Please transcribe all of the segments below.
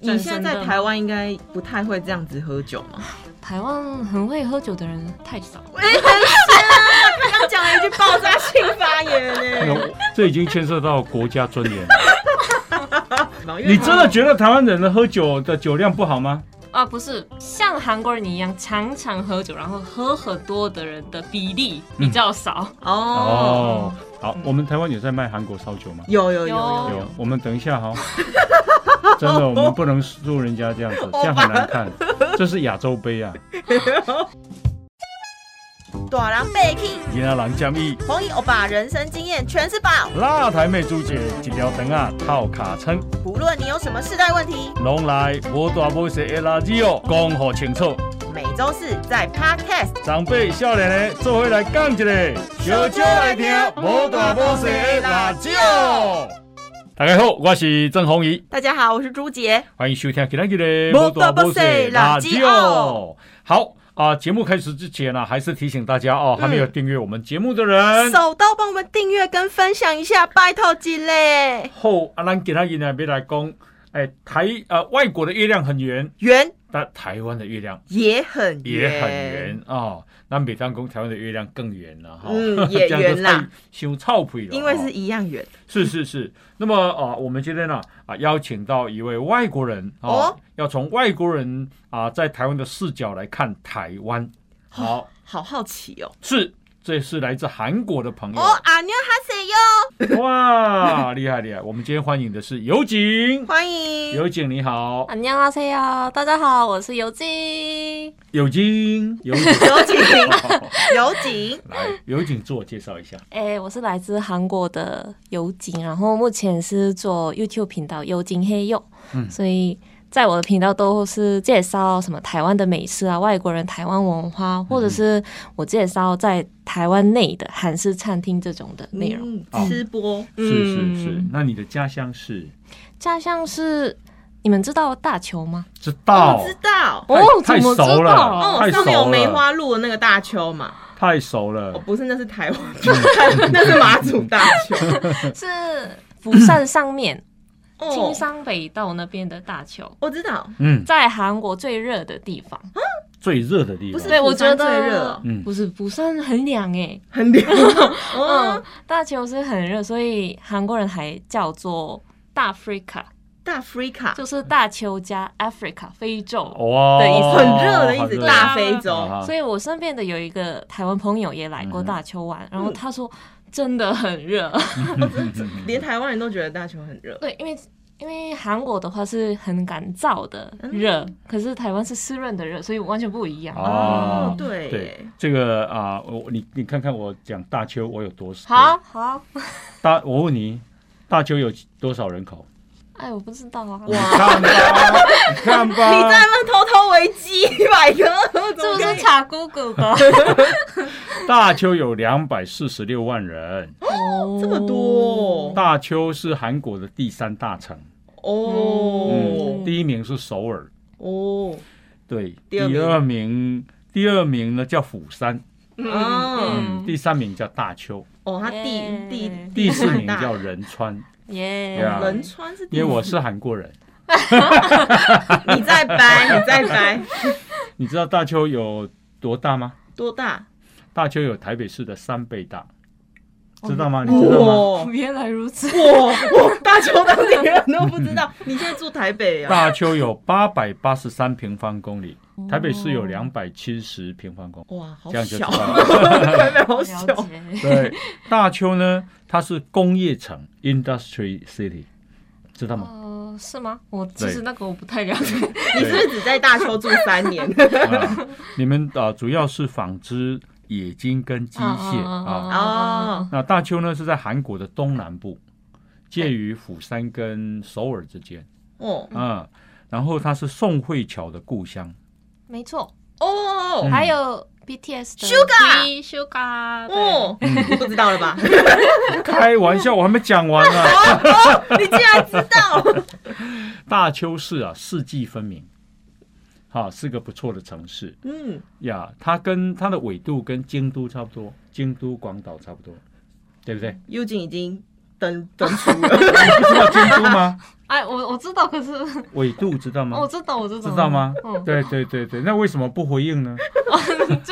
你现在在台湾应该不太会这样子喝酒吗？ 台湾很会喝酒的人太少。 很像啊，他刚讲了一句爆炸性发言呢。 这已经牵涉到国家尊严。你真的觉得台湾人的喝酒的酒量不好吗？ 不是像韩国人一样常常喝酒，然后喝很多的人的比例比较少。 好，我们台湾有在卖韩国烧酒吗？ 有， 我们等一下哈。真的，我们不能输人家这样子，这样很难看。这是亚洲杯啊。 大人被气， 囡仔人建议， 红衣欧巴人生经验全是宝。 辣台妹主姐一条肠啊套卡称， 不论你有什么世代问题， 拢来无大无小的垃圾哦，讲好清楚。 每周四在 Podcast， 长辈少年的做伙来讲一个，小酒来听无大无小的垃圾哦。大家好，我是郑弘仪。 大家好，我是朱杰。 欢迎收听今天的无大无小的垃圾哦。好。节目开始之前呢，还是提醒大家哦，还没有订阅我们节目的人， 手刀帮我们订阅跟分享一下，拜托一嘞。 好，咱今天要来讲，外国的月亮很圆，但台湾的月亮也很圆哦。咱北当讲台湾的月亮更圆了哈， 也圆啦， 太臭屁了， 因为是一样圆。 是。那么我们今天呢邀请到一位外国人要从外国人在台湾的视角来看台湾。好好奇哦。 这是来自韩国的朋友。 안녕하세요。 哇，厉害！我们今天欢迎的是尤景， 欢迎尤景，你好。 안녕하세요，大家好，我是尤景。 尤景，来，尤景自我介绍一下。 我是来自韩国的尤景，然后目前是做 YouTube 频道尤景黑柚，所以在我的频道都是介绍什么台湾的美食啊，外国人台湾文化，或者是我介绍在台湾内的韩式餐厅这种的内容。 吃播。 是。那你的家乡是？ 家乡是。你们知道大邱吗？ 知道。 太熟了。 上面有梅花鹿的那个大邱嘛。 太熟了。 不是，那是台湾，那是马祖大邱。 是釜山上面。青山北道那边的大邱， 我知道。 在韩国最热的地方。 最热的地方。 不是，我觉得最热。 不是，釜山很凉很凉。 大邱是很热，所以韩国人还叫做大 Africa。 大 Africa 就是大邱加 Africa 非洲的意思， 很热的意思，大非洲。 所以我身边的有一个台湾朋友也来过大邱玩，然后他说真的很热， 连台湾人都觉得大邱很热。 对，因为韩国的话是很干燥的热，可是台湾是湿润的热，所以完全不一样。 对， 这个你看看我讲大邱我有多少？ 好。 我问你，大邱有多少人口？ 我不知道啊。 你看吧， 你在那偷偷维基百科， 是不是查 Google 的？ 大邱有246万人， 这么多。 大邱是韩国的第3大城，第一名是首尔，对，第二名呢叫釜山，第3名叫大邱， 他第4名叫仁川。 仁川是因为我是韩国人。 你在掰。 你知道大邱有多大吗？ 多大？ 大邱有台北市的3倍大，知道吗？你知道吗？ 原来如此。 大邱当地人都不知道。你现在住台北啊？ 大邱有883平方公里，台北市有270平方公里。 哇，好这样就知小， 道了。 台北好小。 对，大邱呢，它是工业城 （industry city）， 知道吗？ 是吗？其实那个我不太了解。 你是不是只在大邱住3年？ 你们主要是纺织、冶金跟机械那大邱呢是在韩国的东南部，介于釜山跟首尔之间。然后它是宋慧乔的故乡。 没错。还有 BTS 的 Suga。 你不知道了吧？ 开玩笑，我还没讲完呢。 你竟然知道？ 大邱市四季分明，是个不错的城市。它跟它的纬度跟京都差不多，京都、广岛差不多，对不对？ 尤景已经登出了。 你不知道京都吗？ 哎，我知道，可是纬度知道吗？ 我知道， 知道吗？对，那为什么不回应呢？ 就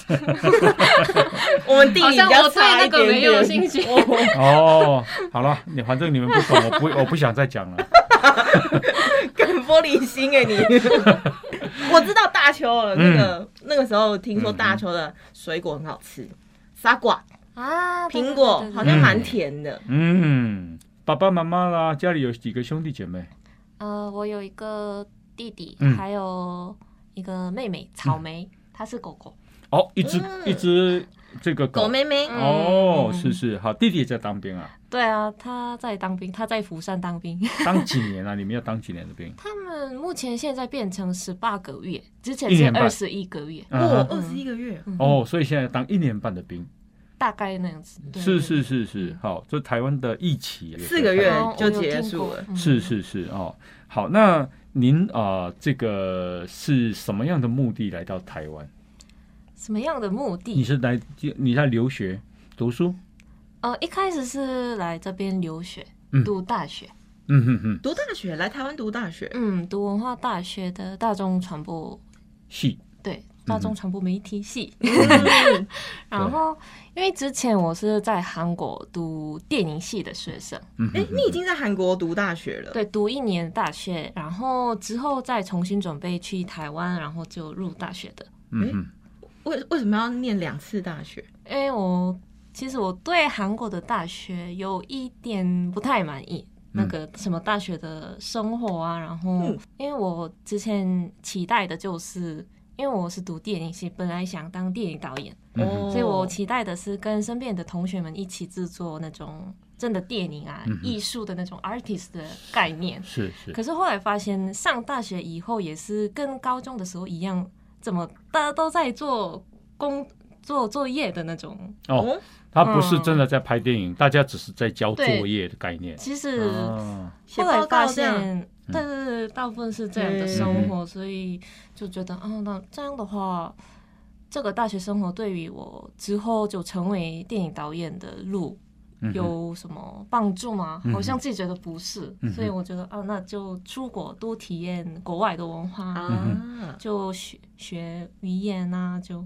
我们地理比较差一点点， 我对那个没有兴趣。 哦，好了，反正你们不懂，我不想再讲了。 更玻璃心哎你！我知道大邱了，那个时候听说大邱的水果很好吃，沙瓜啊，苹果好像蛮甜的。 爸爸妈妈啦，家里有几个兄弟姐妹？ 我有一个弟弟，还有一个妹妹草莓，她是狗狗。 哦，一只这个狗妹妹。 哦，是，好，弟弟也在当兵啊。 对啊，他在当兵，他在釜山当兵。 当几年啊？你们要当几年的兵？ 他们目前现在变成18个月，之前是21个月。 21个月。 哦，所以现在当1年半的兵。 大概那样子。 是，好，这台湾的役期 4个月就结束了。 是哦，好，那您这个是什么样的目的来到台湾？ 什么样的目的？ 你在留学读书？ 一开始是来这边留学，读大学。 读大学，来台湾读大学。 读文化大学的大众传播系。 对。大众传播媒体系，然后因为之前我是在韩国读电影系的学生， 你已经在韩国读大学了？ 对，读1年大学，然后之后再重新准备去台湾，然后就入大学的。 为什么要念2次大学？ 因为其实我对韩国的大学有一点不太满意。那个什么大学的生活啊，然后因为我之前期待的就是。因为我是读电影系，本来想当电影导演，所以我期待的是跟身边的同学们一起制作那种真的电影啊、艺术的那种 artist 的概念。 是。 可是后来发现，上大学以后也是跟高中的时候一样，怎么大家都在做作业的那种。 他不是真的在拍电影，大家只是在交作业的概念。 其实后来发现。对，大部分是这样的生活，所以就觉得那这样的话，这个大学生活对于我之后就成为电影导演的路有什么帮助吗？好像自己觉得不是，所以我觉得那就出国多体验国外的文化，就学语言啊，就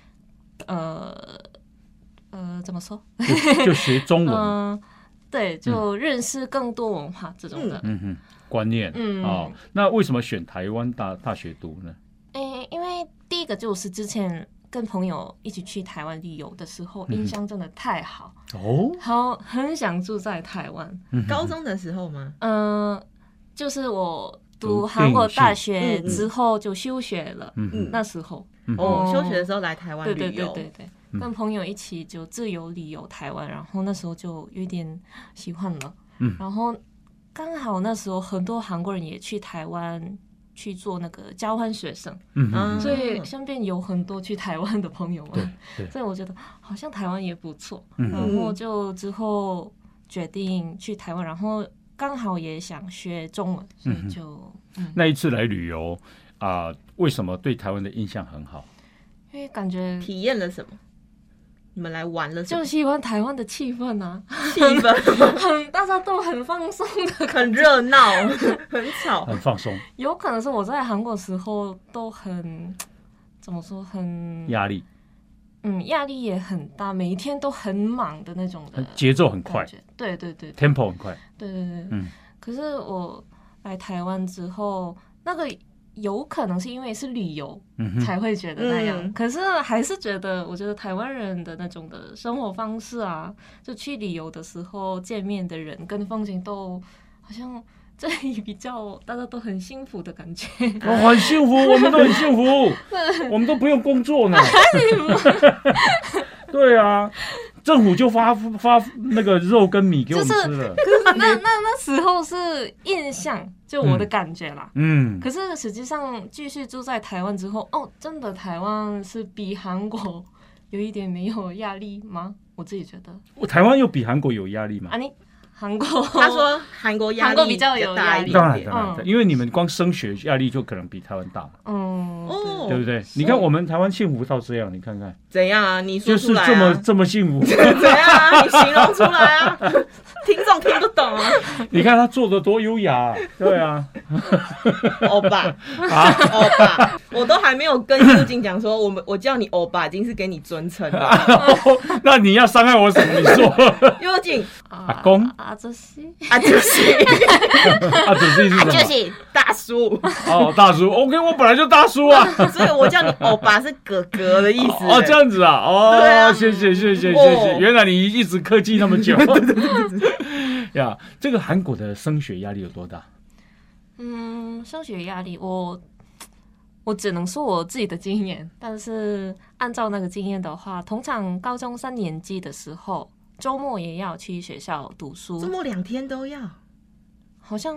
怎么说？ 就学中文。 对，就认识更多文化这种的。 观念。那为什么选台湾大学读呢？ 因为第一个就是之前跟朋友一起去台湾旅游的时候，印象真的太好很想住在台湾。 高中的时候吗？ 就是我读韩国大学之后就休学了，那时候休学的时候来台湾旅游。 对，跟朋友一起就自由旅游台湾，然后那时候就有点喜欢了，然后。刚好那时候很多韩国人也去台湾去做那个交换学生，所以身边有很多去台湾的朋友们，所以我觉得好像台湾也不错，然后就之后决定去台湾，然后刚好也想学中文，所以就那一次来旅游为什么对台湾的印象很好？ 因为感觉体验了什么？你们来玩了什么？ 就喜欢台湾的气氛啊， 气氛大家都很放松的， 很热闹，很吵， 很放松。 有可能是我在韩国时候都很怎么说，很压力， 压力也很大，每一天都很忙的那种的， 节奏很快， 对 ，tempo 很快， 对，可是我来台湾之后，那个。有可能是因为是旅游才会觉得那样，可是还是觉得，我觉得台湾人的那种的生活方式啊，就去旅游的时候见面的人跟风景都好像这里比较大家都很幸福的感觉。 很幸福，我们都很幸福，我们都不用工作呢。对啊，政府就发那个肉跟米给我们吃了。 那时候是印象，就我的感觉啦。可是实际上继续住在台湾之后，真的台湾是比韩国有一点没有压力吗？我自己觉得。 台湾又比韩国有压力吗？ 韩国他说韩国压力比较有压力， 当然，因为你们光升学压力就可能比台湾大，对不对？你看我们台湾幸福到这样，你看看怎样啊？你说出来就是这么幸福， 怎样啊？你形容出来啊？ 听众听不懂啊。 你看他做的多优雅，对啊。 欧巴啊，欧巴，我都还没有跟佑景讲说，我叫你欧巴已经是给你尊称了。 那你要伤害我什么？你说。 佑景， 阿公， 阿哲西， 阿哲西， 阿哲西是什么？ 就是大叔。 哦，大叔 ，OK， 我本来就大叔啊， 所以我叫你欧巴是哥哥的意思。 哦，这样子啊，哦，谢谢，原来你一直客气那么久。对呀，这个韩国的升学压力有多大？ 升学压力，我只能说我自己的经验，但是按照那个经验的话，通常高中3年级的时候，周末也要去学校读书。 周末2天都要？ 好像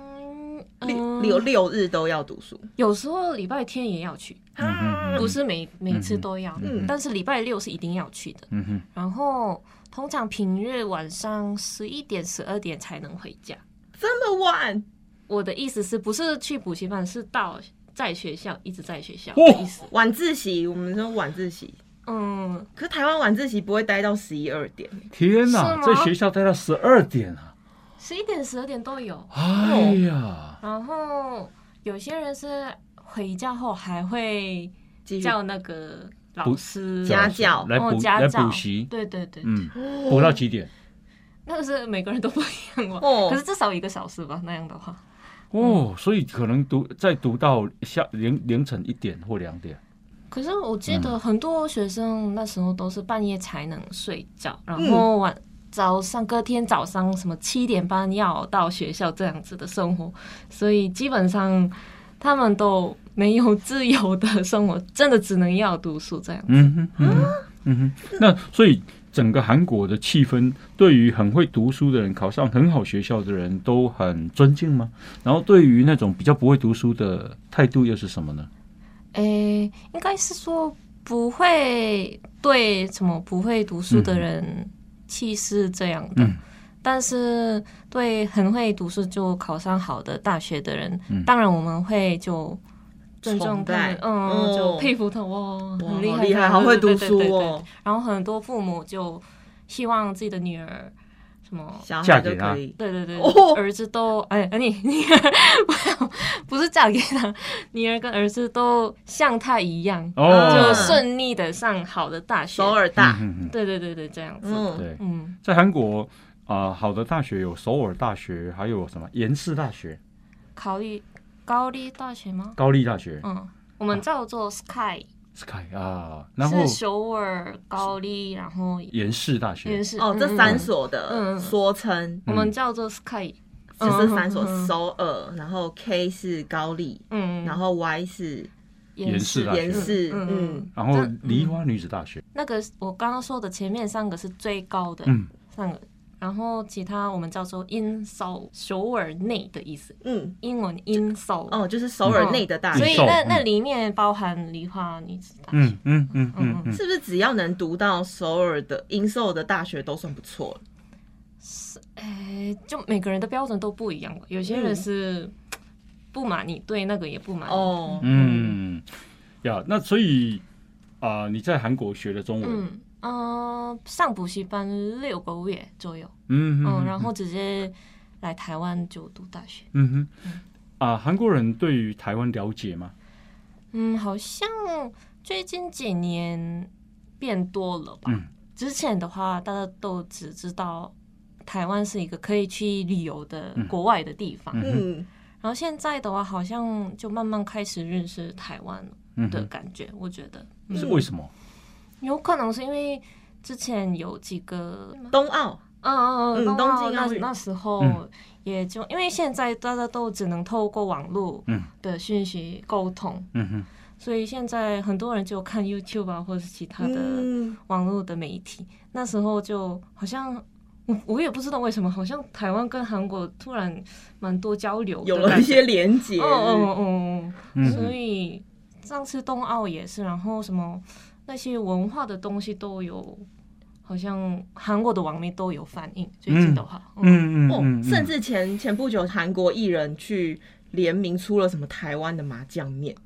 6日都要读书， 有时候礼拜天也要去，不是每次都要，但是礼拜6是一定要去的。然后通常平日晚上11点、12点才能回家。 这么晚？ 我的意思是不是去补习班，是在学校一直在学校的意思。 晚自习，我们说晚自习。可是台湾晚自习不会待到11、2点。 天哪，在学校待到12点啊 ！11点、12点都有。 哎呀！ 然后有些人是回家后还会叫那个老师家教来补习。 对， 补到几点？ 那个是每个人都不一样吧？可是至少1个小时吧，那样的话。 所以可能再读到凌晨1点或2点。 可是我记得很多学生那时候都是半夜才能睡觉，然后隔天早上什么7点半要到学校这样子的生活，所以基本上他们都没有自由的生活，真的只能要读书这样子。 那所以整个韩国的气氛，对于很会读书的人、考上很好学校的人都很尊敬吗？然后对于那种比较不会读书的态度又是什么呢？ 应该是说不会对什么不会读书的人歧视这样的，但是对很会读书就考上好的大学的人，当然我们会就尊重他们，就佩服他，哇，很厉害， 好会读书哦。 然后很多父母就希望自己的女儿什么嫁给他， 对，儿子都女儿不是嫁给他，女儿跟儿子都像他一样，就顺利的上好的大学， 首尔大， 对，这样子。 对，在韩国好的大学有首尔大学，还有什么延世大学、 高丽大学吗？ 高丽大学， 我们叫做 Sky 啊，然后是首尔、高丽，然后延世大学， 这3所的缩称， 我们叫做 Sky， 就是3所，首尔，然后 K 是高丽，然后 Y 是延世大学，然后梨花女子大学， 那个我刚刚说的前面3个是最高的3个。然后其他我们叫做in首尔内的意思，英文 in 首， 就是首尔内的大学， 所以那里面包含梨花女子大学， 是不是只要能读到首尔的in首的大学都算不错了？ 就每个人的标准都不一样，有些人是不满意，对那个也不满意。 那所以你在韩国学的中文。 上补习班6个月左右，然后直接来台湾就读大学。 韩国人对于台湾了解吗？ 好像最近几年变多了吧。之前的话，大家都只知道台湾是一个可以去旅游的国外的地方。然后现在的话，好像就慢慢开始认识台湾的感觉。我觉得是为什么？ 有可能是因为之前有几个冬奥， 东京奥运那时候也就因为现在大家都只能透过网络的讯息沟通，所以现在很多人就看 YouTube 啊，或者是其他的网络的媒体。那时候就好像我也不知道为什么，好像台湾跟韩国突然蛮多交流的， 有了一些连结。 所以上次冬奥也是，然后什么那些文化的东西都有，好像韩国的网民都有反应。最近的话， 甚至前不久韩国艺人去联名出了什么台湾的麻酱面。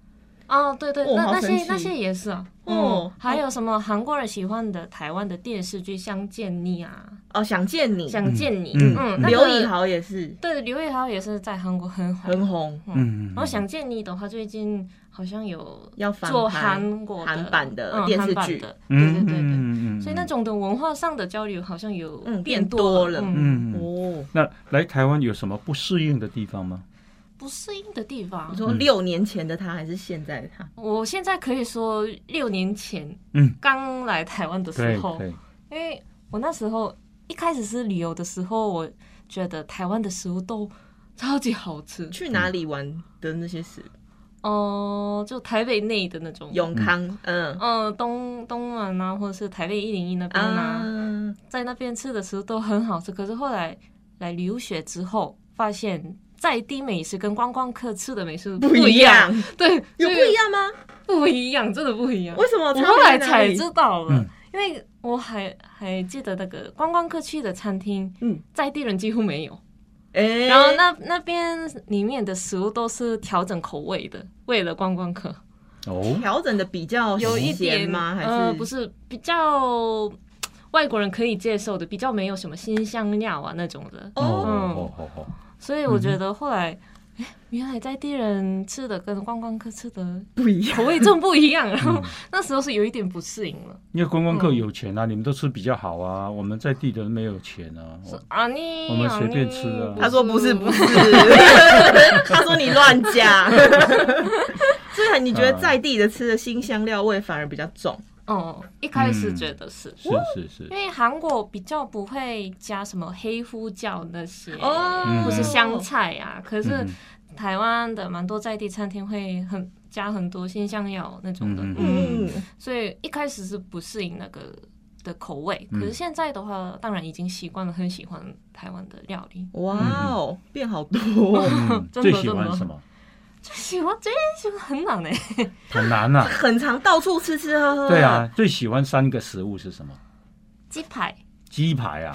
哦，对对，那些也是啊。 哦， 还有什么韩国人喜欢的台湾的电视剧《想见你》啊？ 哦，想见你， 想见你。 刘以豪也是。 对，刘以豪也是在韩国很红。然后想见你的话，最近好像有要做韩版的电视剧。 对。所以那种的文化上的交流好像有变多了。 那来台湾有什么不适应的地方吗？ 不适应的地方， 你说6年前的他还是现在的他？ 我现在可以说6年前，刚来台湾的时候，因为我那时候一开始是旅游的时候，我觉得台湾的食物都超级好吃。 去哪里玩的那些食物？ 就台北内的那种永康， 东门啊，或者是台北101那边啊，在那边吃的食物都很好吃。可是后来来留学之后，发现在地美食跟观光客吃的美食不一样。对， 有不一样吗？ 不一样，真的不一样。 为什么？ 我后来才知道了，因为我还记得那个观光客去的餐厅，在地人几乎没有。然后那边里面的食物都是调整口味的，为了观光客。 调整的比较有一点吗？还是不是比较外国人可以接受的，比较没有什么辛香料啊那种的。所以我觉得后来，原来在地人吃的跟观光客吃的不一样， 口味真不一样。然后那时候是有一点不适应了。 因为观光客有钱啊，你们都吃比较好啊，我们在地的人没有钱啊。我们随便吃啊。 他说不是，他说你乱讲。所以你觉得在地的吃的辛香料味反而比较重？ 一开始觉得是， 是， 因为韩国比较不会加什么黑胡椒那些，或是香菜啊。可是台湾的蛮多在地餐厅会加很多辛香料那种的，所以一开始是不适应那个的口味。可是现在的话，当然已经习惯了，很喜欢台湾的料理。 哇哦，变好多！ 最喜欢什么？ 最喜欢很难很难啊， 很常到处吃吃喝喝。 对啊，最喜欢3个食物是什么？ 鸡排啊，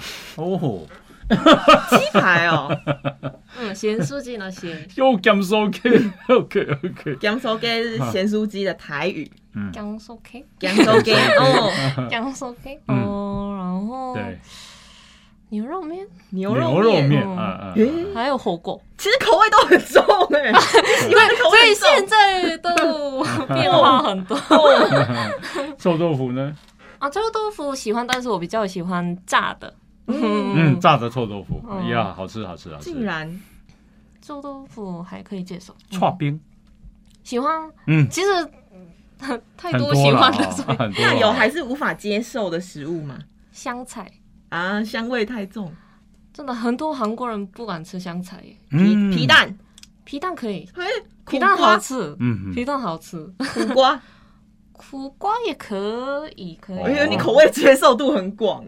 鸡排哦， 咸酥鸡那些。 又鹹酥雞 ，OK， 鹹酥雞是咸酥雞的台語。 鹹酥雞， 鹹酥雞鹹酥雞，然後對。 牛肉面，还有火锅， 其实口味都很重所以现在都变化很多。 臭豆腐呢？ 臭豆腐喜欢，但是我比较喜欢炸的。 炸的臭豆腐，呀，好吃。 竟然， 臭豆腐还可以接受。 剉冰喜欢，其实太多喜欢的， 那有还是无法接受的食物吗？ 香菜。 香味太重， 真的很多韩国人不敢吃香菜耶。 皮蛋可以，皮蛋好吃，皮蛋好吃。苦瓜也可以。 因为你口味接受度很广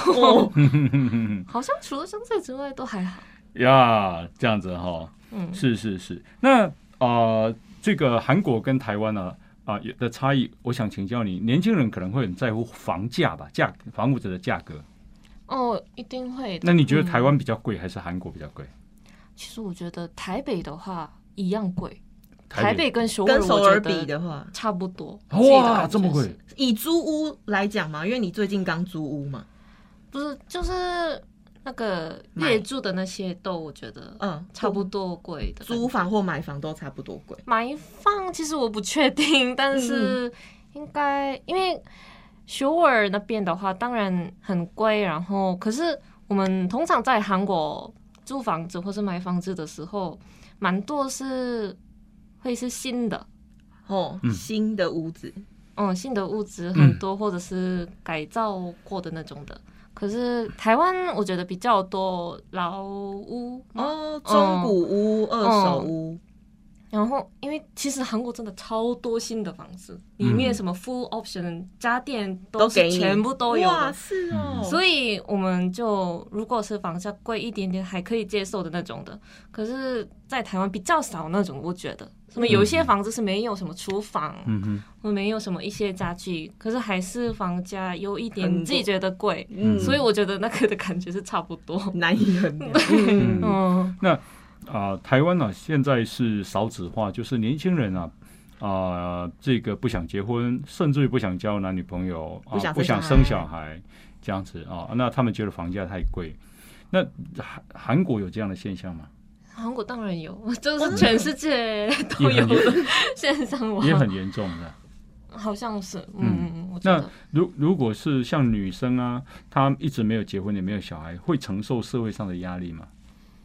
好像除了香菜之外都还好呀，这样子哈。是。那这个韩国跟台湾呢的差异，我想请教你，年轻人可能会很在乎房价吧，房屋子的价格。 一定会的。 那你觉得台湾比较贵还是韩国比较贵？ 其实我觉得台北的话一样贵，台北跟首尔比的话差不多。 哇，这么贵！ 以租屋来讲嘛，因为你最近刚租屋嘛， 不是就是那个月租的那些都我觉得差不多贵的。 租房或买房都差不多贵。 买房其实我不确定，但是应该因为首尔那边的话当然很贵，然后可是我们通常在韩国租房子或是买房子的时候，蛮多会是新的新的屋子， 新的屋子很多，或者是改造过的那种的。可是台湾我觉得比较多老屋中古屋、二手屋。 然后因为其实韩国真的超多新的房子，里面什么 full option 家电都是全部都有的。 哇，是所以我们就如果是房价贵一点点还可以接受的那种的，可是在台湾比较少那种。我觉得什么有一些房子是没有什么厨房，或没有什么一些家具，可是还是房价有一点自己觉得贵，所以我觉得那个的感觉是差不多， 难以衡量。 那台湾现在是少子化，就是年轻人这个不想结婚，甚至于不想交男女朋友， 不想生小孩这样子那他们觉得房价太贵。那韩国有这样的现象吗？ 韩国当然有，就是全世界都有的现象， 也很严重的。 好像是，我觉得那如果是像女生啊，她一直没有结婚也没有小孩，会承受社会上的压力吗？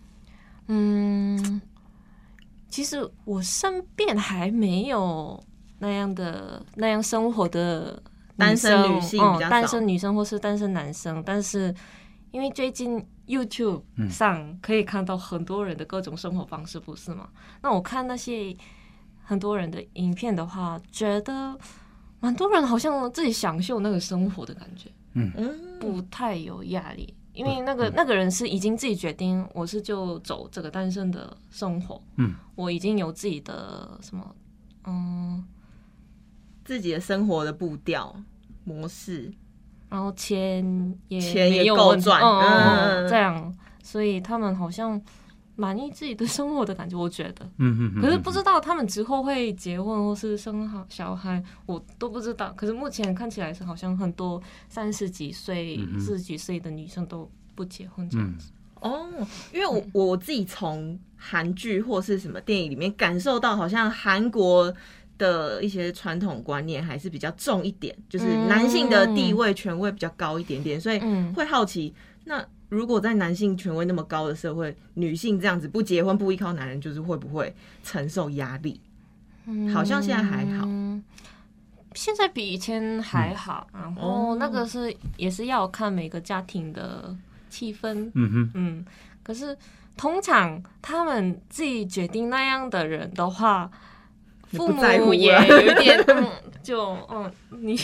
其实我身边还没有那样生活的单身女性比较少， 单身女生或是单身男生，但是因为最近 YouTube 上可以看到很多人的各种生活方式，不是吗？那我看那些很多人的影片的话，觉得蛮多人好像自己享受那个生活的感觉，不太有压力，因为那个人是已经自己决定，我是就走这个单身的生活，我已经有自己的什么， 自己的生活的步调模式， 然后钱也够赚，这样，所以他们好像满意自己的生活的感觉，我觉得，可是不知道他们之后会结婚或是生小孩，我都不知道。可是目前看起来是好像很多30几岁、40几岁的女生都不结婚这样子。 因为我自己从韩剧或是什么电影里面感受到，好像韩国的一些传统观念还是比较重一点，就是男性的地位权威比较高一点点，所以会好奇那。如果在男性权威那么高的社会，女性这样子不结婚不依靠男人，就是会不会承受压力？好像现在还好， 现在比以前还好。然后那个也是要看每个家庭的气氛。可是通常他们自己决定那样的人的话，父母也有一点你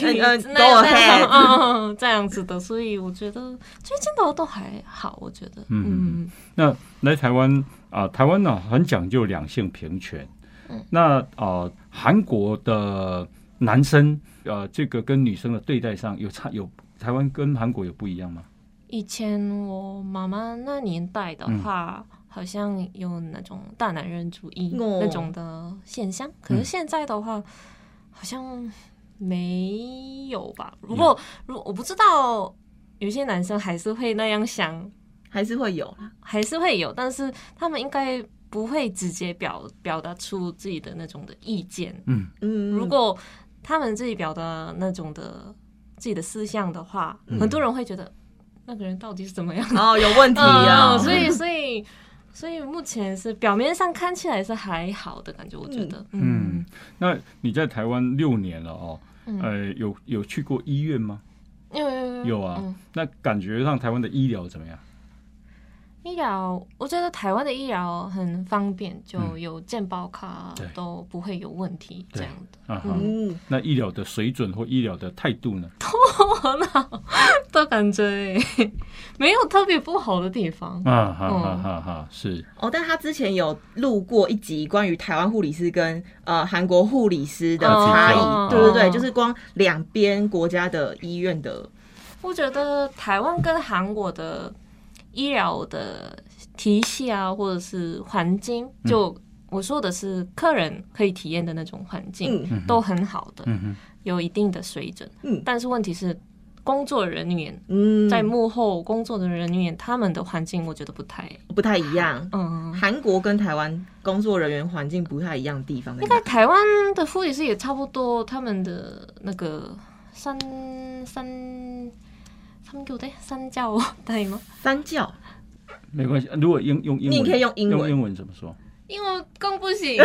这样子的，所以我觉得最近都还好，我觉得。 那来台湾台湾呢很讲究两性平权。那韩国的男生这个跟女生的对待上有台湾跟韩国有不一样吗？ 以前我妈妈那年代的话，好像有那种大男人主义那种的现象，可是现在的话好像没有吧。如果我不知道，有些男生还是会那样想， 还是会有， 但是他们应该不会直接表达出自己的那种的意见。如果他们自己表达那种的自己的思想的话，很多人会觉得那个人到底是怎么样有问题所以目前是表面上看起来是还好的感觉，我觉得。 那你在台湾6年了有去过医院吗？有啊。那感觉上台湾的医疗怎么样？ 医疗，我觉得台湾的医疗很方便，就有健保卡都不会有问题这样的。 那医疗的水准或医疗的态度呢？ 都很好，都感觉没有特别不好的地方。 是。 但他之前有录过一集关于台湾护理师跟韩国护理师的差异，对，就是光两边国家的医院的。 我觉得台湾跟韩国的医疗的体系或者是环境，就我说的是客人可以体验的那种环境，都很好的，有一定的水准。但是问题是，工作人员在幕后工作的人员，他们的环境我觉得不太一样。 韩国跟台湾工作人员环境不太一样的地方， 应该台湾的护理师也差不多，他们的那个三教对吗？ 三教没关系，如果用英文， 你可以用英文。 英文怎么说？ 英文更不行。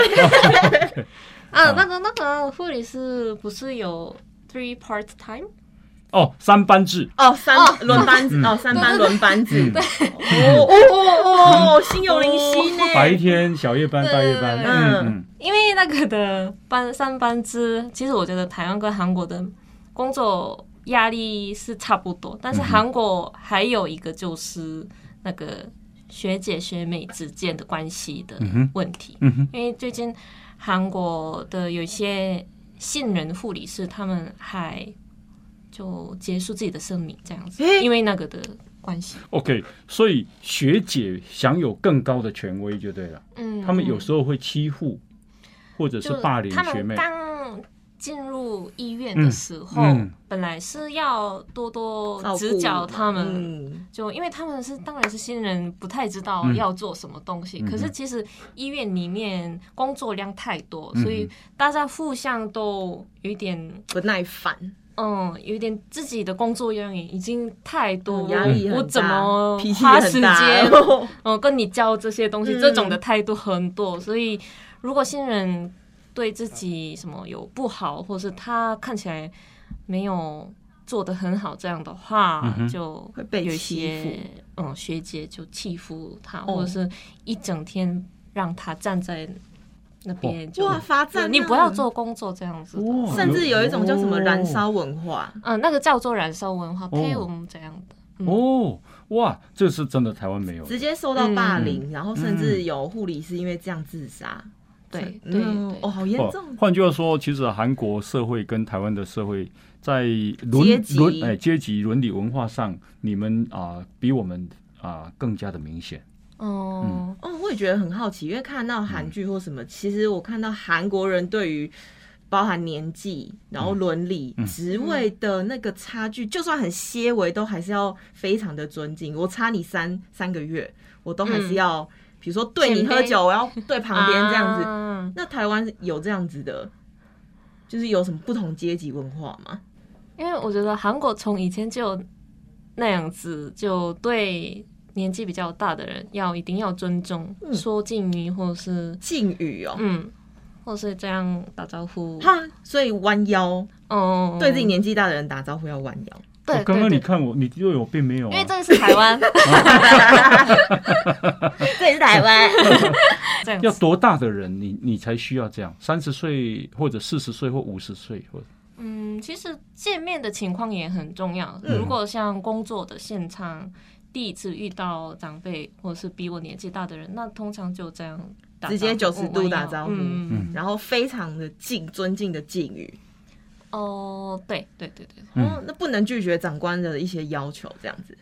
那个护理师不是有 3 part time？ 3班制。 轮班制，3班轮班制。心有灵犀呢。 白天小夜班、大夜班。 因为那个的3班制，其实我觉得台湾跟韩国的工作压力是差不多，但是韩国还有一个就是那个学姐学妹之间的关系的问题。因为最近韩国的有一些新人护理师，他们还就结束自己的生命这样子，因为那个的关系。 OK， 所以学姐享有更高的权威就对了。他们有时候会欺负或者是霸凌学妹？ 他们刚进入医院的时候，本来是要多多指教他们，就因为他们当然是新人，不太知道要做什么东西。可是其实医院里面工作量太多，所以大家互相都有一点不耐烦。 有一点自己的工作量已经太多， 压力很大， 我怎么花时间跟你教这些东西？这种的态度很多，所以如果新人对自己什么有不好，或是他看起来没有做得很好，这样的话，就会被有一些学姐就欺负他，或者是一整天让他站在那边就罚站， 你不要做工作这样子， 甚至有一种叫什么燃烧文化， 那个叫做燃烧文化，配我们这样的。 哇，这是真的台湾没有， 直接受到霸凌，然后甚至有护理师因为这样自杀。 对， 好严重。 换句话说，其实韩国社会跟台湾的社会在阶级伦理文化上，你们比我们更加的明显。 我也觉得很好奇，因为看到韩剧或什么，其实我看到韩国人对于包含年纪，然后伦理、职位的那个差距，就算很些微，都还是要非常的尊敬。我差你三个月，我都还是要。比如说对你喝酒，我要对旁边这样子。那台湾有这样子的，就是有什么不同阶级文化吗？ 因为我觉得韩国从以前就那样子，就对年纪比较大的人一定要尊重，说敬语或者是敬语或是这样打招呼。 所以弯腰，对自己年纪大的人打招呼要弯腰。 对， 刚刚你看我，你对我并没有， 因为这个是台湾， 这也是台湾。 要多大的人你才需要这样？30岁或者40岁或50岁或者？ 其实见面的情况也很重要。如果像工作的现场，第一次遇到长辈或者是比我年纪大的人，那通常就这样直接90度打招呼，然后非常的尊敬的敬语。 对， 那不能拒绝长官的一些要求，这样子。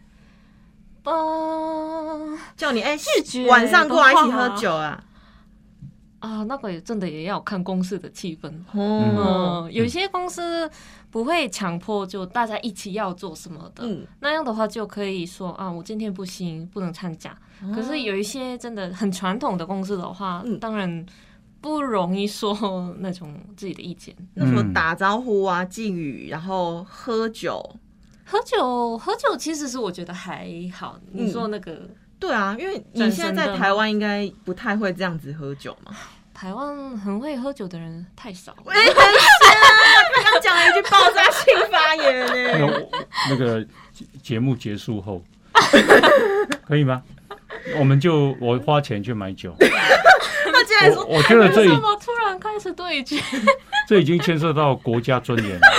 叫你拒绝晚上过来一起喝酒啊？ 那个真的也要看公司的气氛。有些公司不会强迫就大家一起要做什么的，那样的话就可以说我今天不行，不能参加。可是有一些真的很传统的公司的话，当然不容易说那种自己的意见。 那什么打招呼啊、敬语，然后喝酒其实是我觉得还好。你说那个对啊，因为你现在在台湾应该不太会这样子喝酒嘛。 台湾很会喝酒的人太少了。 很像刚刚讲了一句爆炸性发言呢。 那个节目结束后可以吗？我花钱去买酒。 他竟然说， 我觉得为什么突然开始对决？ 这已经牵涉到国家尊严了。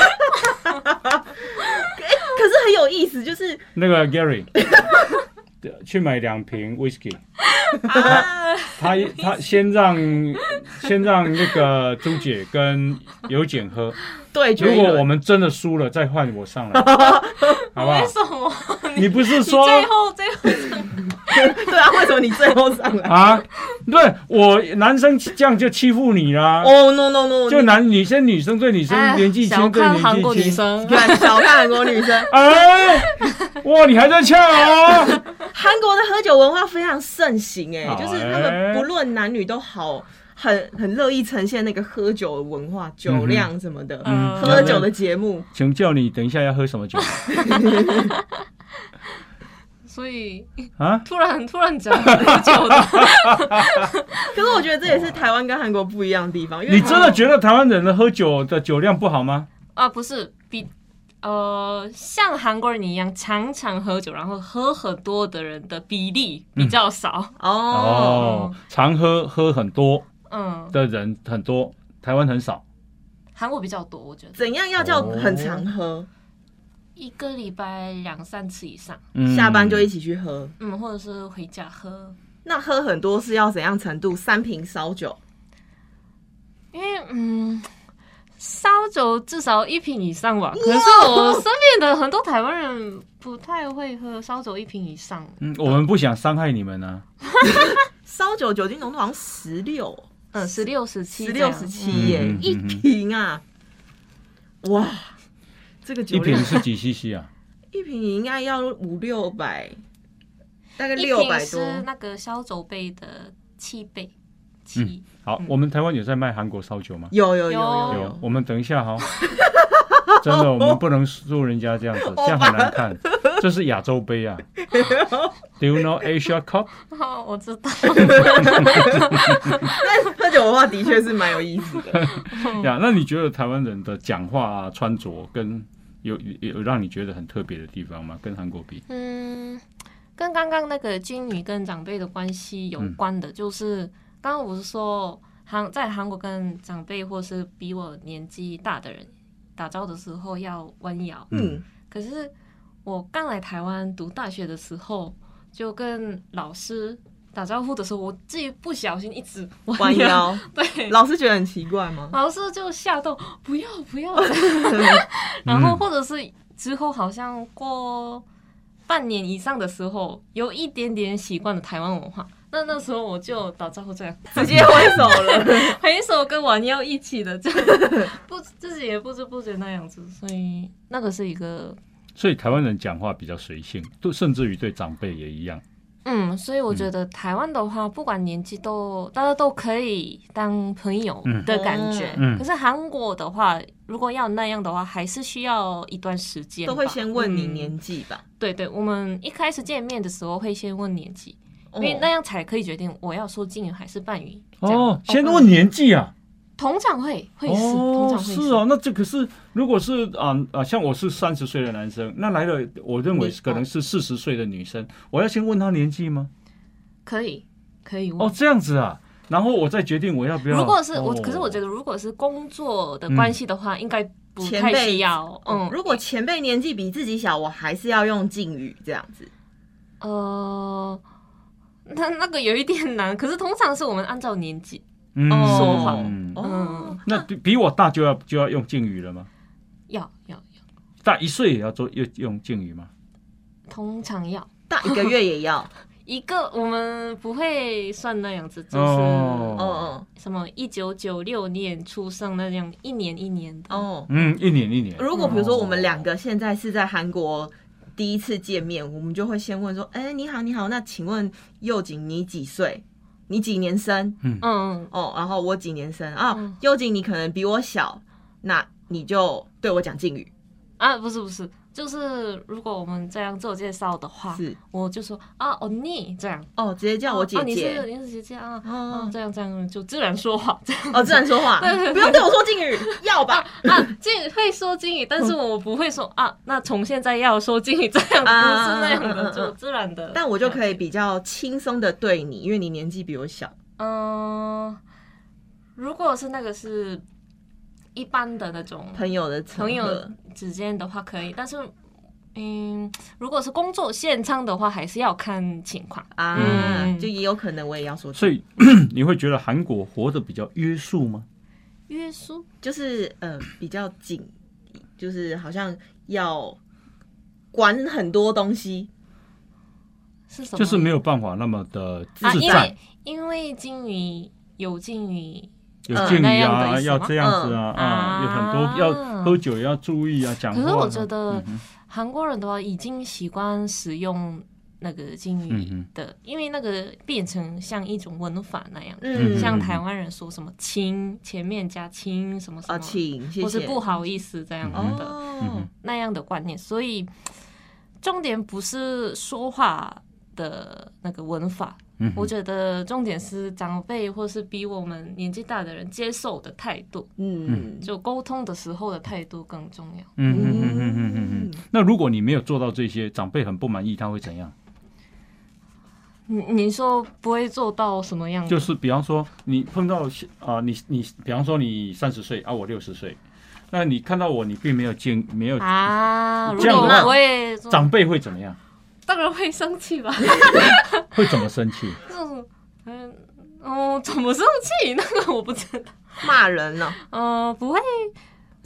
可是很有意思，就是那个 Gary 去买2瓶 whisky， 他先让那个朱姐跟尤简喝。对，如果我们真的输了，再换我上来，好不好？ 为什么？ 你不是说最后对啊，为什么你最后上来啊？对，我男生这样就欺负你啦。 no， 就女生对女生年纪轻对年纪轻， 小看韩国女生， 小看韩国女生。 哇，你还在呛啊？ 韩国的喝酒文化非常盛行，就是他们不论男女都好。很乐意呈现那个喝酒的文化，酒量什么的，喝酒的节目。 请教你等一下要喝什么酒？ 所以突然讲喝酒的。 可是我觉得这也是台湾跟韩国不一样的地方。 你真的觉得台湾人的喝酒的酒量不好吗？ 不是，像韩国人一样常常喝酒，然后喝很多的人的比例比较少。 常喝很多。的人很多，台湾很少， 韩国比较多，我觉得。 怎样要叫很常喝 ？1个礼拜2-3次以上， 下班就一起去喝， 或者是回家喝。 那喝很多是要怎样程度？3瓶烧酒？ 因为烧酒至少1瓶以上吧。可是我身边的很多台湾人不太会喝烧酒1瓶以上。 我们不想伤害你们啊。 烧酒酒精浓度好像16， 16、 17耶，一瓶啊，哇，这个酒量一瓶是几 CC 啊？ 一瓶应该要500-600，大概600多。 一瓶是那个烧酒杯的7倍。 好，我们台湾有在卖韩国烧酒吗？ 有， 我们等一下哈。真的，我们不能输人家这样子，这样很难看。这是亚洲杯啊 ！Do you know Asia Cup？ 我知道。 但喝酒文化的确是蛮有意思的。 呀，那你觉得台湾人的讲话啊、穿着跟有让你觉得很特别的地方吗？跟韩国比？ 跟刚刚那个金鱼跟长辈的关系有关的，就是刚刚我是说在韩国跟长辈或是比我年纪大的人打招呼的时候要弯腰。可是我刚来台湾读大学的时候，就跟老师打招呼的时候，我自己不小心一直弯腰。对， 老师觉得很奇怪吗？ 老师就吓到，不要。然后或者是之后好像过半年以上的时候，有一点点习惯了台湾文化。那时候我就打招呼这样， 直接挥手了， 挥手跟弯腰一起的，自己也不知不觉那样子，所以那个是一个。 所以台湾人讲话比较随性，甚至于对长辈也一样。 所以我觉得台湾的话，不管年纪大家都可以当朋友的感觉。可是韩国的话，如果要那样的话，还是需要一段时间。 都会先问你年纪吧？ 对，我们一开始见面的时候会先问年纪。因为那样才可以决定我要说敬语还是半语。 先问年纪啊？ 通常会通常会是哦。那这可是如果是像我是30岁的男生，那来了，我认为可能是40岁的女生，我要先问她年纪吗？ 可以问。 这样子啊。然后我再决定我要不要。 如果是可是我觉得如果是工作的关系的话，应该不太需要。 如果前辈年纪比自己小，我还是要用敬语这样子。 那个有一点难，可是通常是我们按照年纪说话。 那比我大就要用敬语了吗？ 要。 大1岁也要用敬语吗？ 通常要。 大1个月也要。 一个我们不会算那样子，就是什么1996年出生那样一年一年的。 一年。 如果比如说我们2个现在是在韩国第一次见面，我们就会先问说，你好，那请问佑景你几岁？你几年生？然后我几年生啊？佑景你可能比我小，那你就对我讲敬语啊？不是，就是如果我们这样自我介绍的话，我就说언니这样。 直接叫我姐姐。 你是姐姐啊？这样就自然说话。 自然说话，不用对我说敬语，要吧？ 会说敬语，但是我不会说那从现在要说敬语，这样不是那样的，就自然的。 但我就可以比较轻松的对你，因为你年纪比我小。 如果是那个是一般的那种朋友之间的话可以，但是如果是工作现场的话，还是要看情况就也有可能我也要说。 所以你会觉得韩国活得比较约束吗？ 约束就是比较紧，就是好像要管很多东西。 是什么？ 就是没有办法那么的自在。 因为敬语有敬语。 有敬语要这样子有很多要喝酒也要注意讲话。 可是我觉得韩国人的话已经习惯使用那个敬语的，因为那个变成像一种文法那样。像台湾人说什么亲，前面加亲什么什么， 请谢谢， 或是不好意思这样的那样的观念。所以重点不是说话的那个文法。我觉得重点是长辈或是比我们年纪大的人接受的态度，就沟通的时候的态度更重要。 那如果你没有做到这些，长辈很不满意，他会怎样？ 你说不会做到什么样子？ 就是比方说你碰到你比方说你30岁我60岁，那你看到我，你并没有这样的话，长辈会怎么样？ 当然会生气吧。 会怎么生气？ 怎么生气？那个我不知道。 骂人呢？ 不会。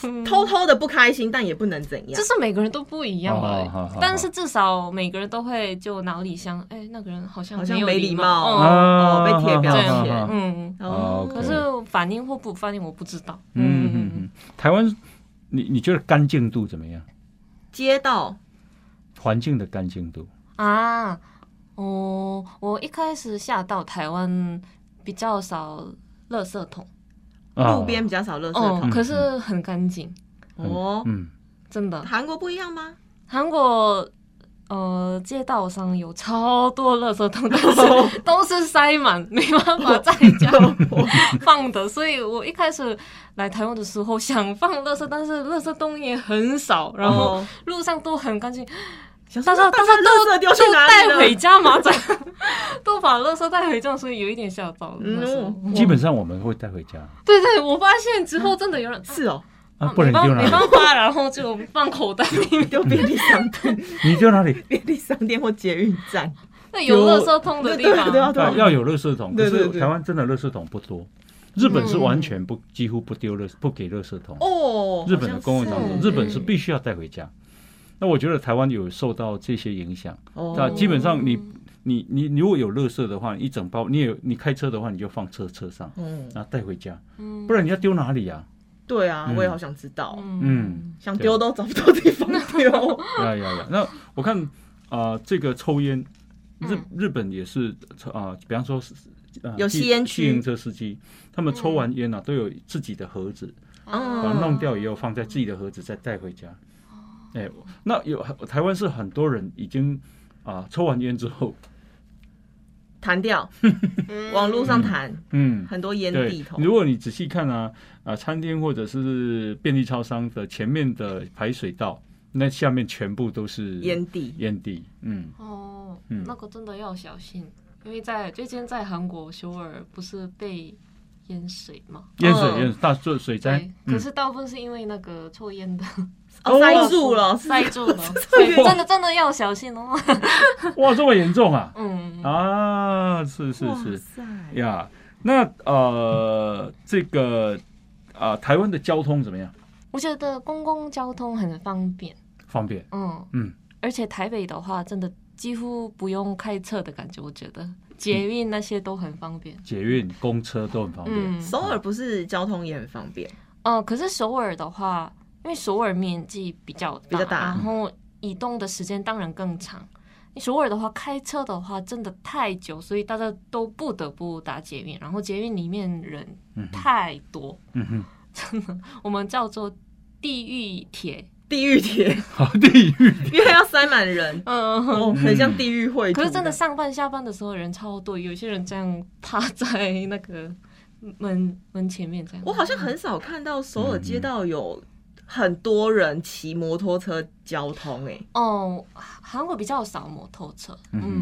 偷偷的不开心，但也不能怎样。 就是每个人都不一样嘛，但是至少每个人都会就脑里想，那个人好像没礼貌，被贴标签。 可是反应或不反应我不知道。 台湾，你觉得干净度怎么样？ 街道环境的干净度啊，我一开始下到台湾比较少垃圾桶， 路边比较少垃圾桶， 可是很干净真的。 韩国不一样吗？ 韩国街道上有超多垃圾桶，但是都是塞满，没办法在家放的。所以我一开始来台湾的时候想放垃圾，但是垃圾桶也很少，然后路上都很干净。大家都带回家吗？都把垃圾带回家，所以有一点吓到了。 基本上我们会带回家。 对，我发现之后真的有人是哦。 不能丢哪里？ 没办法，然后就放口袋里面， 丢便利商店。 你丢哪里？ 便利商店或捷运站。 那有垃圾桶的地方， 要有垃圾桶。可是台湾真的垃圾桶不多。日本是完全几乎不给垃圾桶。日本的公共场所，日本是必须要带回家。那我觉得台湾有受到这些影响。那基本上你如果有垃圾的话，一整包你开车的话，你就放车上，然后带回家。不然你要丢哪里啊？ 对啊，我也好想知道。想丢都找不到地方丢。 呀。那我看这个抽烟，日本也是比方说有吸烟区， 汽行车司机他们抽完烟都有自己的盒子，把它弄掉以后放在自己的盒子再带回家。那台湾是很多人已经抽完烟之后弹掉，网络上弹，很多烟蒂头。 如果你仔细看餐厅或者是便利超商的前面的排水道，那下面全部都是烟蒂。 那个真的要小心，因为最近在韩国首尔不是被淹水吗？ 淹水大水灾。 可是大部分是因为那个抽烟的。 塞住了， 所以真的要小心哦。 哇，这么严重啊！是呀。那这个台湾的交通怎么样？ 我觉得公共交通很方便。而且台北的话，真的几乎不用开车的感觉。我觉得捷运那些都很方便， 捷运、公车都很方便。 首尔不是交通也很方便？ 可是首尔的话。因为首尔面积比较大，然后移动的时间当然更长。你首尔的话，开车的话真的太久，所以大家都不得不搭捷运，然后捷运里面人太多，真的，我们叫做地狱铁， 地狱铁，因为要塞满人，很像地狱会。 可是真的上班下班的时候人超多，有些人这样趴在那个门前面这样。 我好像很少看到首尔街道有很多人骑摩托车交通。 韩国比较少摩托车。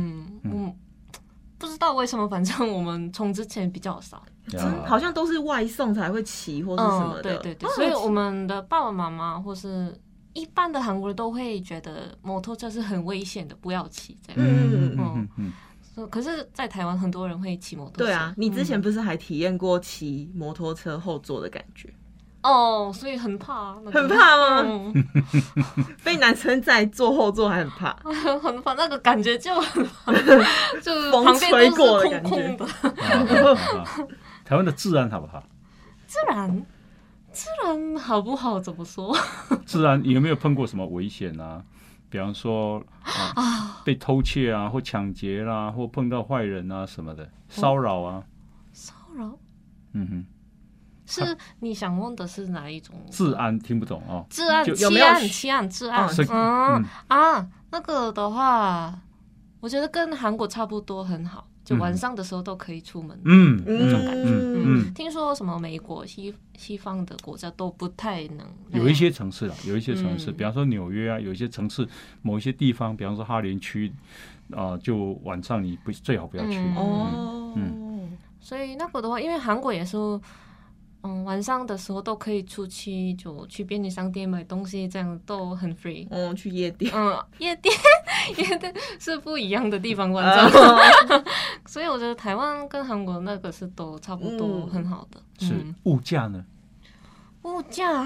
不知道为什么，反正我们从之前比较少， 好像都是外送才会骑或是什么的。 对，所以我们的爸爸妈妈或是一般的韩国人都会觉得摩托车是很危险的，不要骑这样。可是在台湾很多人会骑摩托车。 对啊，你之前不是还体验过骑摩托车后座的感觉？ 所以很怕。 很怕吗？被男生在坐后座还很怕。 很怕，那个感觉就很怕，就风吹过的感觉。 空空的。 台湾的治安好不好？ 治安好不好？怎么说？ 治安有没有碰过什么危险啊？比方说被偷窃啊，或抢劫啦，或碰到坏人啊什么的，骚扰啊。 骚扰？是你想问的是哪一种？ 治安听不懂哦。 治安，治安。那个的话，我觉得跟韩国差不多，很好。就晚上的时候都可以出门，那种感觉。听说什么美国西方的国家都不太能。 有一些城市啦，比方说纽约啊，有一些城市某一些地方，比方说哈林区就晚上你最好不要去。 所以那个的话，因为韩国也是。晚上的时候都可以出去，就去便利商店买东西，这样都很 free。 去夜店。 夜店是不一样的地方，晚上。所以我觉得台湾跟韩国那个是都差不多很好的。 是物价呢？ 物价，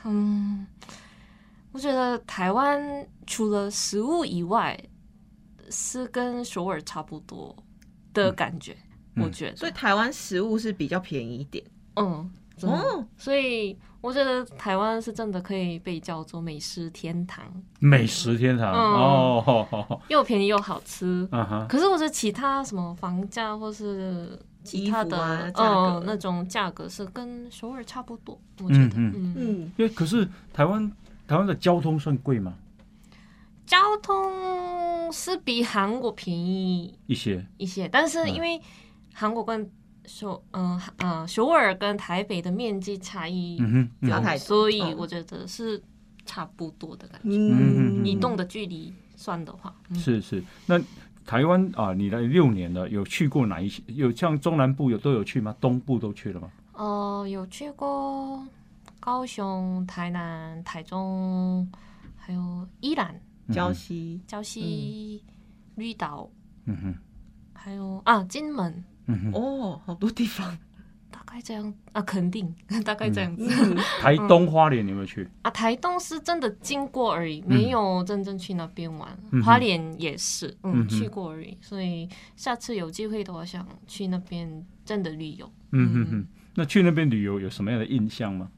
我觉得台湾除了食物以外，是跟首尔差不多的感觉，我觉得。 所以台湾食物是比较便宜一点。 所以我觉得台湾是真的可以被叫做美食天堂。 美食天堂， 又便宜又好吃。可是我覺得其他什麼房價或是其他的那種價格是跟首爾差不多，我覺得。 因為可是台灣的交通算貴嗎？ 交通是比韓國便宜一些，但是因為韓國跟首爾跟台北的面積差異有太多，所以我覺得是差不多的感覺。移動的距離算的話， 是。那台灣你來6年了，有去過哪一些？有像中南部都有去嗎？東部都去了嗎？ 有去過高雄、台南、台中，還有宜蘭、 礁溪、 綠島，還有金門。 好多地方， 大概這樣墾丁大概這樣子。 台東花蓮有沒有去？ 台東是真的經過而已，沒有真正去那邊玩。花蓮也是，去過而已。所以下次有機會的話，想去那邊真的旅遊。 那去那邊旅遊有什麼樣的印象嗎？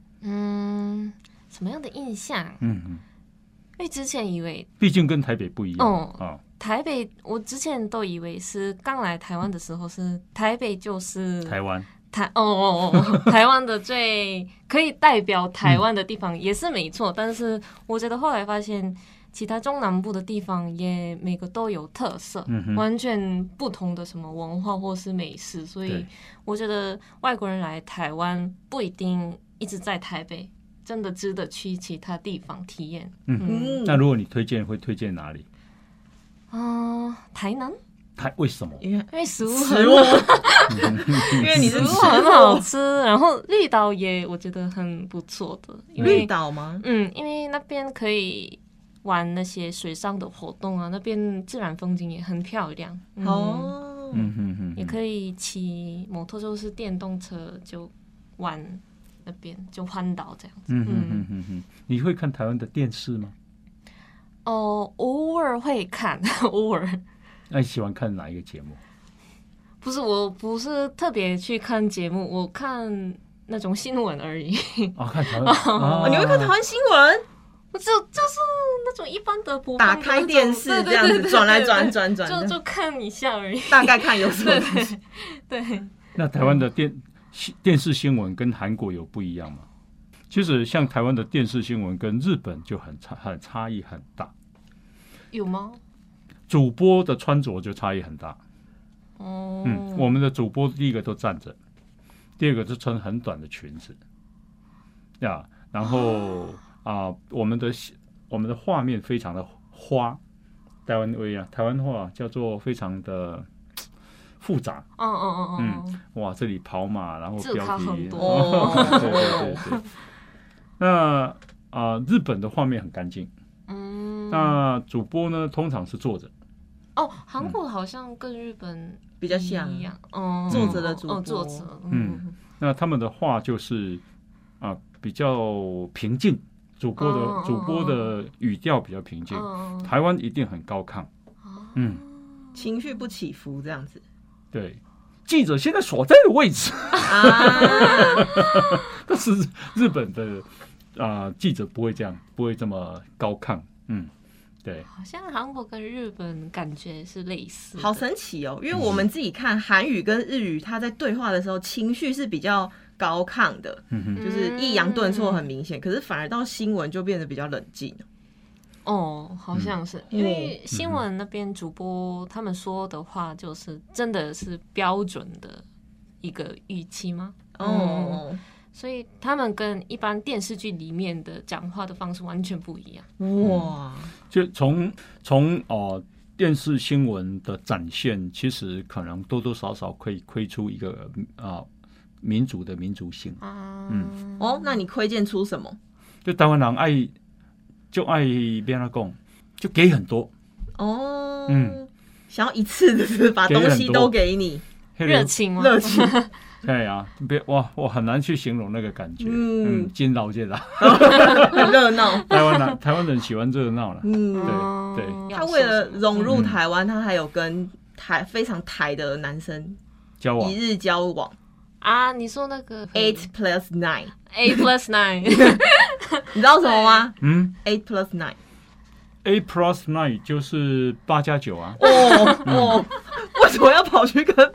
什麼樣的印象？因為之前以為， 畢竟跟台北不一樣。 台北，我之前都以為是剛來台灣的時候，是台北就是台灣， 台灣的最可以代表台灣的地方也是沒錯，但是我覺得後來發現其他中南部的地方也每個都有特色，完全不同的什麼文化或是美食，所以我覺得外國人來台灣不一定一直在台北，真的值得去其他地方體驗。 那如果你推薦，會推薦哪裡？ 台南。 為什麼？ 因為食物很好， 因為你是食物很好吃，然後綠島也我覺得很不錯的。 綠島嗎？ 因為那邊可以玩那些水上的活動啊，那邊自然風景也很漂亮。也可以騎摩托，就是電動車就玩那邊就環島這樣子。 你會看台灣的電視嗎？ 偶爾會看，偶爾。 那你喜歡看哪一個節目？ 不是，我不是特別去看節目，我看那種新聞而已。 看台灣你會看台灣新聞？ 就是那種一般的播放，打開電視這樣子轉來轉， 就看一下而已， 大概看有什麼東西。 對。 那台灣的電視新聞跟韓國有不一樣嗎？其實像台灣的電視新聞跟日本就很差異很大。 有嗎？ 主播的穿着就差異很大。我們的主播第一個都站着，第二個就穿很短的裙子，然後我們的畫面非常的花，台灣話叫做非常的複雜。哇，這裡跑馬，然後標題很多。對。那日本的畫面很乾淨。那主播呢，通常是坐着。 韓國好像跟日本比較像一樣，坐着的主播。坐着。 那他們的話就是比較平靜，主播的語調比較平靜。台灣一定很高亢， 情緒不起伏這樣子。 對，記者現在所在的位置。但是日本的記者不會這樣，不會這麼高亢。對， 好像韓國跟日本感覺是類似， 好神奇哦！因為我們自己看韓語跟日語，它在對話的時候情緒是比較高亢的，就是抑揚頓挫很明顯。可是反而到新聞就變得比較冷靜。 好像是，因為新聞那邊主播他們說的話，就是真的是標準的一個語氣嗎？所以他們跟一般電視劇裡面的講話的方式完全不一樣。 哇！ 就從電視新聞的展現，其實可能多多少少可以窺出一個民族的民族性。 那你窺見出什麼？ 就台灣人愛變哪講，就給很多。 想要一次的把東西都給你， 熱情嗎？ 对啊，我很难去形容那个感觉。金老街啦， 很热闹。 台湾人喜欢热闹了。对。 他为了融入台湾，他还有跟非常台的男生一日交往啊。你说那个 8+9 8+9 你知道什么吗？8+9 8+9 就是8+9啊。 为什么要跑去跟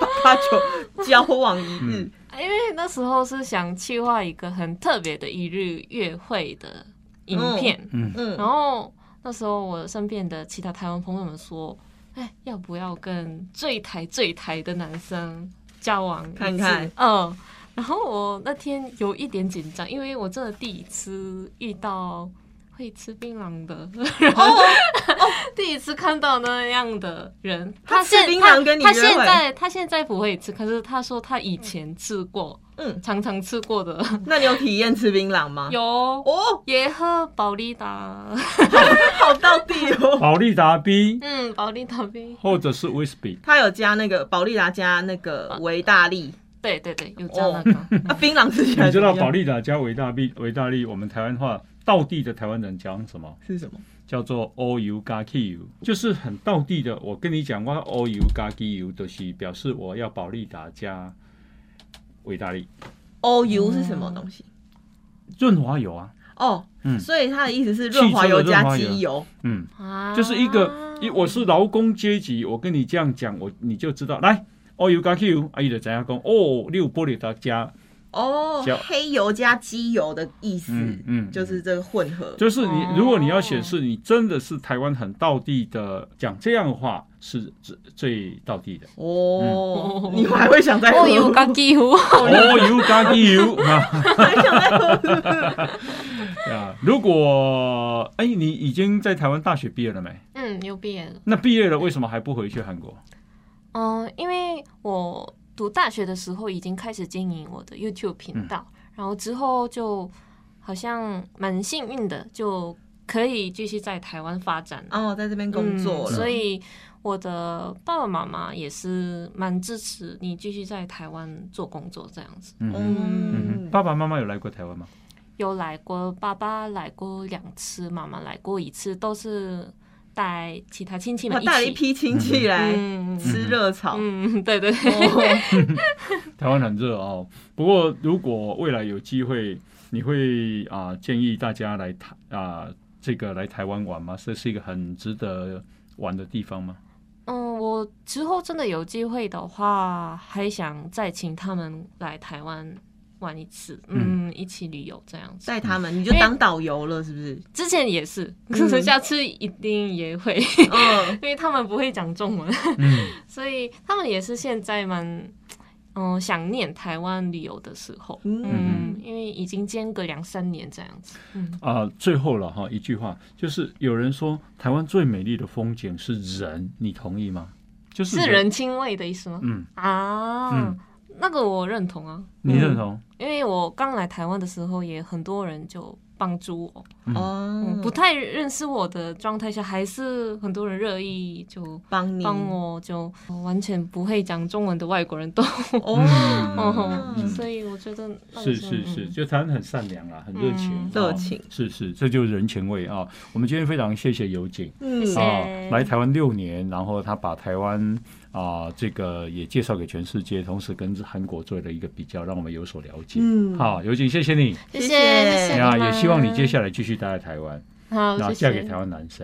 8+9交往一日？ 因为那时候是想企划一个很特别的一日约会的影片，然后那时候我身边的其他台湾朋友们说，要不要跟最台的男生交往一次看看？ 然后我那天有一点紧张，因为我真的第一次遇到会吃槟榔的，第一次看到那样的人。 他吃槟榔跟你约会？ 他现在不会吃，可是他说他以前吃过，常常吃过的。 那你有体验吃槟榔吗？ 有也喝保利达， 好道地哦。 保利达 B， 保利达 B， 或者是 Whisby， 他有加那个保利达加那个维大利。 对，有加那个。 槟榔吃起来， 你知道保利达加维大利，我们台湾话道地的台湾人讲什么？ 是什么？ 叫做 all you got you， 就是很道地的。我跟你讲，我 all you got you 就是表示我要保利达加维大利。 all you 是什么东西？ 润滑油啊。 所以他的意思是润滑油加机油。 就是我是劳工阶级，我跟你这样讲，你就知道来。all you got you， 就怎样讲？你有保利达加。 黑油加机油的意思，就是这个混合。 就是如果你要显示你真的是台湾很道地的，讲这样的话是最道地的。 你还会想再喝 ？you got you， you got you， 还想再喝？ 如果你已经在台湾大学毕业了没？ 有毕业了。 那毕业了为什么还不回去韩国？ 因为我读大学的时候已经开始经营我的 YouTube 频道，然后之后就好像蛮幸运的，就可以继续在台湾发展。 在这边工作了。 所以我的爸爸妈妈也是蛮支持你继续在台湾做工作这样子。 爸爸妈妈有来过台湾吗？ 有来过，爸爸来过2次，妈妈来过1次，都是带其他亲戚们一起， 带了一批亲戚来吃热炒。 对。 台湾很热哦。不过如果未来有机会，你会建议大家来来台湾玩吗？这是一个很值得玩的地方吗？ 我之后真的有机会的话，还想再请他们来台湾玩一次，一起旅游这样子， 带他们，你就当导游了，是不是？ 之前也是，可是下次一定也会，因为他们不会讲中文，所以他们也是现在蛮想念台湾旅游的时候，因为已经间隔2-3年这样子。 最后了哈，一句话就是有人说台湾最美丽的风景是人，你同意吗？就是人情味的意思吗？那个我认同啊。 你认同？ 因为我刚来台湾的时候，也很多人就帮助我。不太认识我的状态下，还是很多人乐意就帮我，就完全不会讲中文的外国人都所以我觉得是，就台湾很善良啊，很热情，是，这就是人情味啊。我们今天非常谢谢尤景，来台湾6年，然后他把台湾这个也介绍给全世界，同时跟韩国做了一个比较，让我们有所了解。好，尤景，谢谢你， 谢谢也希望你接下来继续待在台湾， 然后嫁给台湾男生。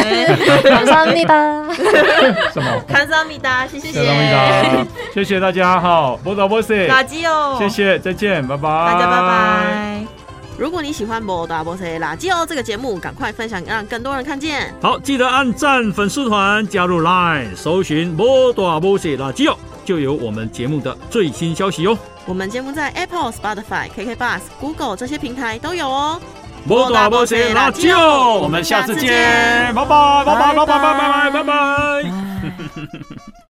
감사합니다。 什么？ 감사합니다， 谢谢， 谢谢大家。好，보다 보세， 垃圾哦， 谢谢，再见，拜拜， 大家拜拜。如果你喜欢《不大不小垃圾哦》这个节目，赶快分享，让更多人看见。 好，记得按赞粉丝团，加入 LINE， 搜寻《不大不小垃圾哦》，就有我们节目的最新消息哦。 我们节目在 Apple、Spotify、KKBOX、Google 这些平台都有哦。 不大不小垃圾哦，我们下次见，拜拜，拜拜，拜拜，拜拜，拜拜。